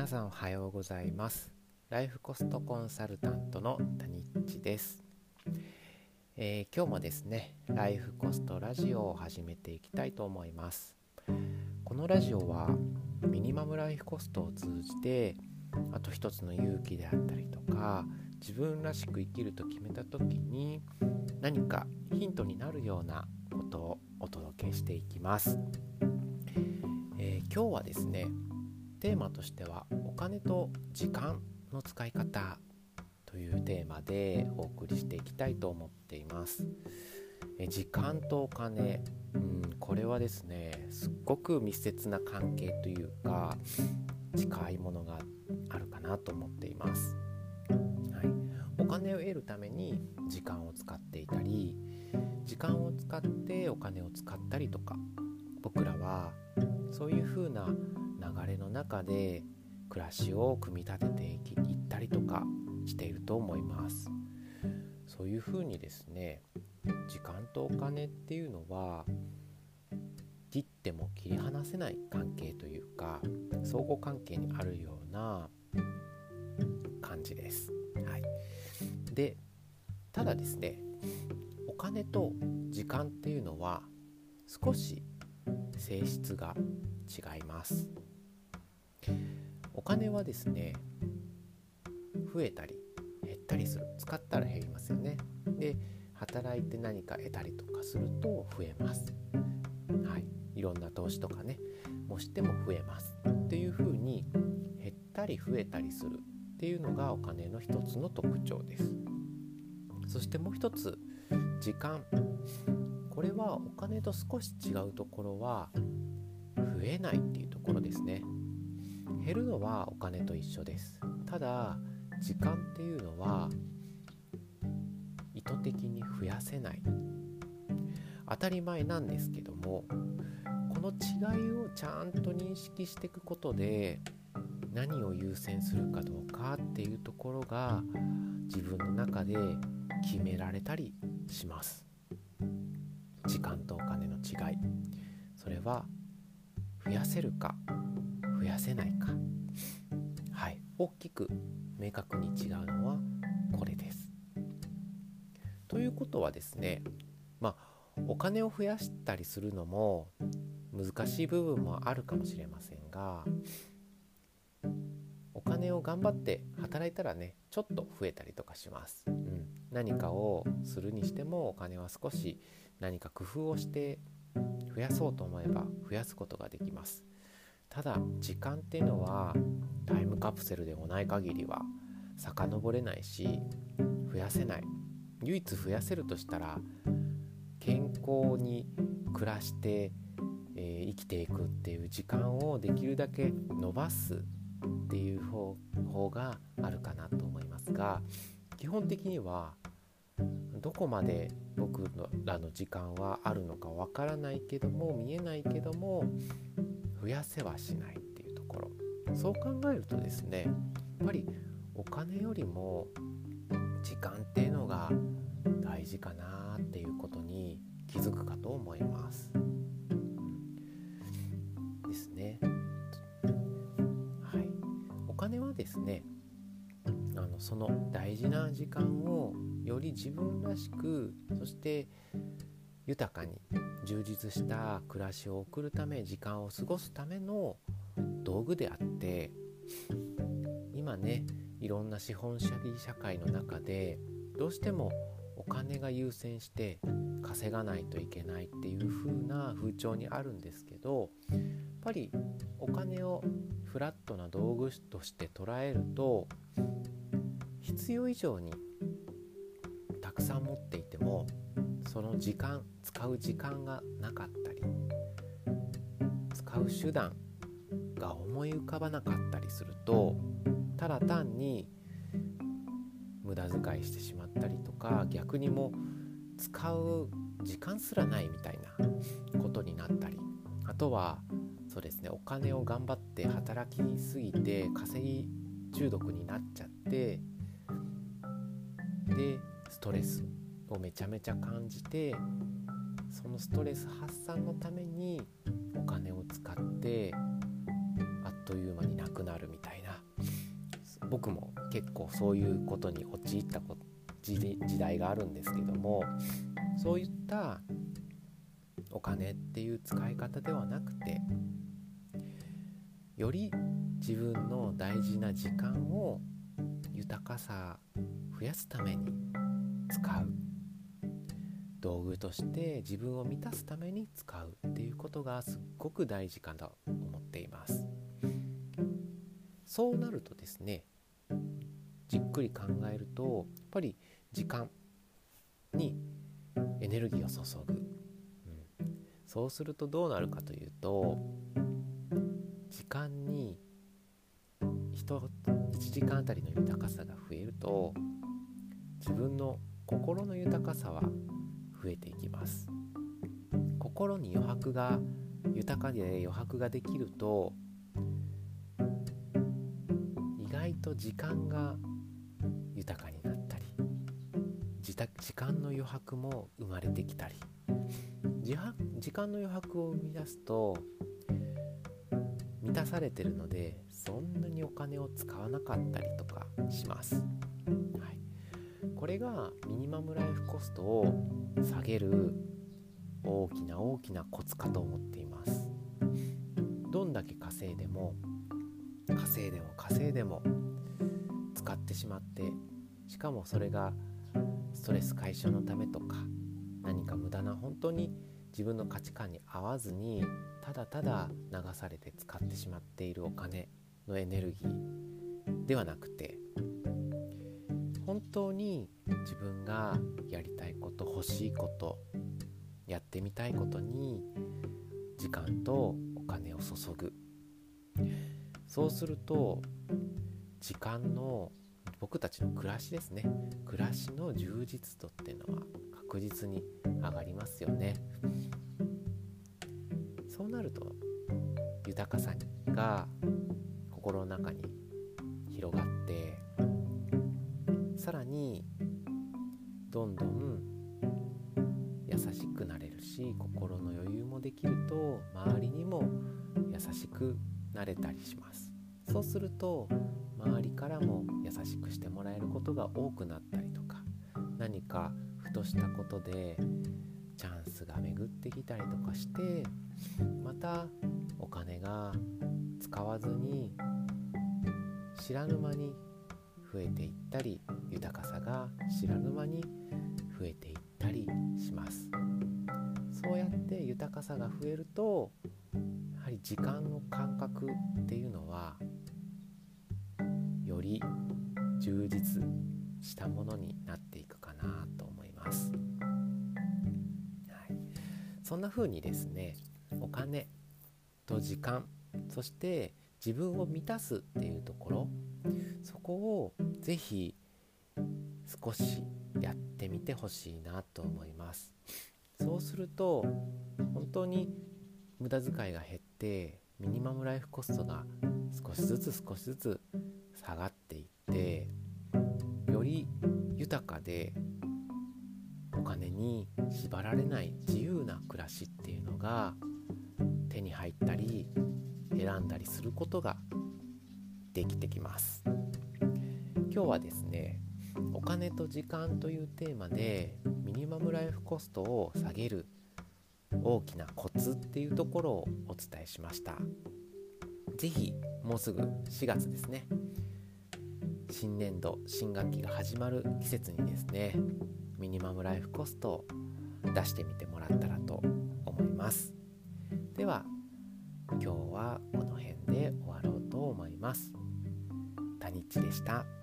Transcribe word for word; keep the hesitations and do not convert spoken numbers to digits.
皆さんおはようございます。ライフコストコンサルタントの谷口です、えー、今日もですねライフコストラジオを始めていきたいと思います。このラジオはミニマムライフコストを通じて、あと一つの勇気であったりとか、自分らしく生きると決めた時に何かヒントになるようなことをお届けしていきます。えー、今日はですねテーマとしてはお金と時間の使い方というテーマでお送りしていきたいと思っています。え時間とお金、うん、これはですねすっごく密接な関係というか近いものがあるかなと思っています。はい、お金を得るために時間を使っていたり、時間を使ってお金を使ったりとか、僕らはそういう風な流れの中で暮らしを組み立てていきいったりとかしていると思います。そういう風にですね時間とお金っていうのは切っても切り離せない関係というか相互関係にあるような感じです。はい、でただですねお金と時間っていうのは少し性質が違います。お金はですね増えたり減ったりする、使ったら減りますよね。で働いて何か得たりとかすると増えます。はい、いろんな投資とかねもしても増えますっていう風に減ったり増えたりするっていうのがお金の一つの特徴です。そしてもう一つ時間、これはお金と少し違うところは増えないっていうところですね。減るのはお金と一緒です。ただ時間っていうのは意図的に増やせない、当たり前なんですけども、この違いをちゃんと認識していくことで何を優先するかどうかっていうところが自分の中で決められたりします。時間とお金の違い、それは増やせるか増やせないか、はい、大きく明確に違うのはこれです。ということはですね、まあお金を増やしたりするのも難しい部分もあるかもしれませんが、お金を頑張って働いたらねちょっと増えたりとかします。うん、何かをするにしてもお金は少し何か工夫をして増やそうと思えば増やすことができます。ただ時間っていうのはタイムカプセルでもない限りは遡れないし増やせない。唯一増やせるとしたら健康に暮らして、えー、生きていくっていう時間をできるだけ伸ばすっていう方法があるかなと思いますが、基本的にはどこまで僕らの時間はあるのかわからないけども、見えないけども増やせはしないっていうところ、そう考えるとですねやっぱりお金よりも時間っていうのが大事かなっていうことに気づくかと思います。ですね。はい。お金はですね、あのその大事な時間をより自分らしく、そして豊かに充実した暮らしを送るため、時間を過ごすための道具であって、今ねいろんな資本主義社会の中でどうしてもお金が優先して稼がないといけないっていう風な風潮にあるんですけど、やっぱりお金をフラットな道具として捉えると必要以上にたくさん持っていてもその時間使う時間がなかったり、使う手段が思い浮かばなかったりすると、ただ単に無駄遣いしてしまったりとか、逆にも使う時間すらないみたいなことになったり、あとはそうですねお金を頑張って働きすぎて稼ぎ中毒になっちゃって、でストレスをめちゃめちゃ感じて、そのストレス発散のためにお金を使ってあっという間になくくなるみたいな、僕も結構そういうことに陥ったこ時, 時代があるんですけども、そういったお金っていう使い方ではなくて、より自分の大事な時間を豊かさ増やすために使う、道具として自分を満たすために使うっていうことがすっごく大事かと思っています。そうなるとですね、じっくり考えると、やっぱり時間にエネルギーを注ぐ、うん、そうするとどうなるかというと、時間に人いちじかんあたりの豊かさが増えると、自分の心の豊かさは増えていきます。心に余白が豊かで余白ができると、意外と時間が豊かになったり、時間の余白も生まれてきたり、時間の余白を生み出すと満たされてるので、そんなにお金を使わなかったりとかします、はい、これがミニマムライフコストを下げる大きな大きなコツかと思っています。どんだけ稼いでも稼いでも稼いでも使ってしまって、しかもそれがストレス解消のためとか、何か無駄な、本当に自分の価値観に合わずにただただ流されて使ってしまっているお金のエネルギーではなくて、本当に自分がやりたいこと、欲しいこと、やってみたいことに時間とお金を注ぐ。そうすると時間の、僕たちの暮らしですね、暮らしの充実度っていうのは確実に上がりますよね。そうなると豊かさが心の中に広がって、さらにどんどん優しくなれるし、心の余裕もできると周りにも優しくなれたりします。そうすると周りからも優しくしてもらえることが多くなったりとか、何かふとしたことでチャンスが巡ってきたりとかして、またお金が使わずに知らぬ間に増えていったり、豊かさが知らぬ間に増えていったりします。そうやって豊かさが増えると、やはり時間の感覚っていうのはより充実したものになっていくかなと思います、はい、そんな風にですね、お金と時間、そして自分を満たすっていうところ、そこをぜひ少しやってみてほしいなと思います。そうすると本当に無駄遣いが減って、ミニマムライフコストが少しずつ少しずつ下がっていって、より豊かでお金に縛られない自由な暮らしっていうのが手に入ったり選んだりすることができてきます。今日はですね、お金と時間というテーマでミニマムライフコストを下げる大きなコツっていうところをお伝えしました。ぜひもうすぐしがつですね、新年度新学期が始まる季節にですね、ミニマムライフコストを出してみてもらったらと思います。では今日はこの辺で終わろうと思います。たにっちでした。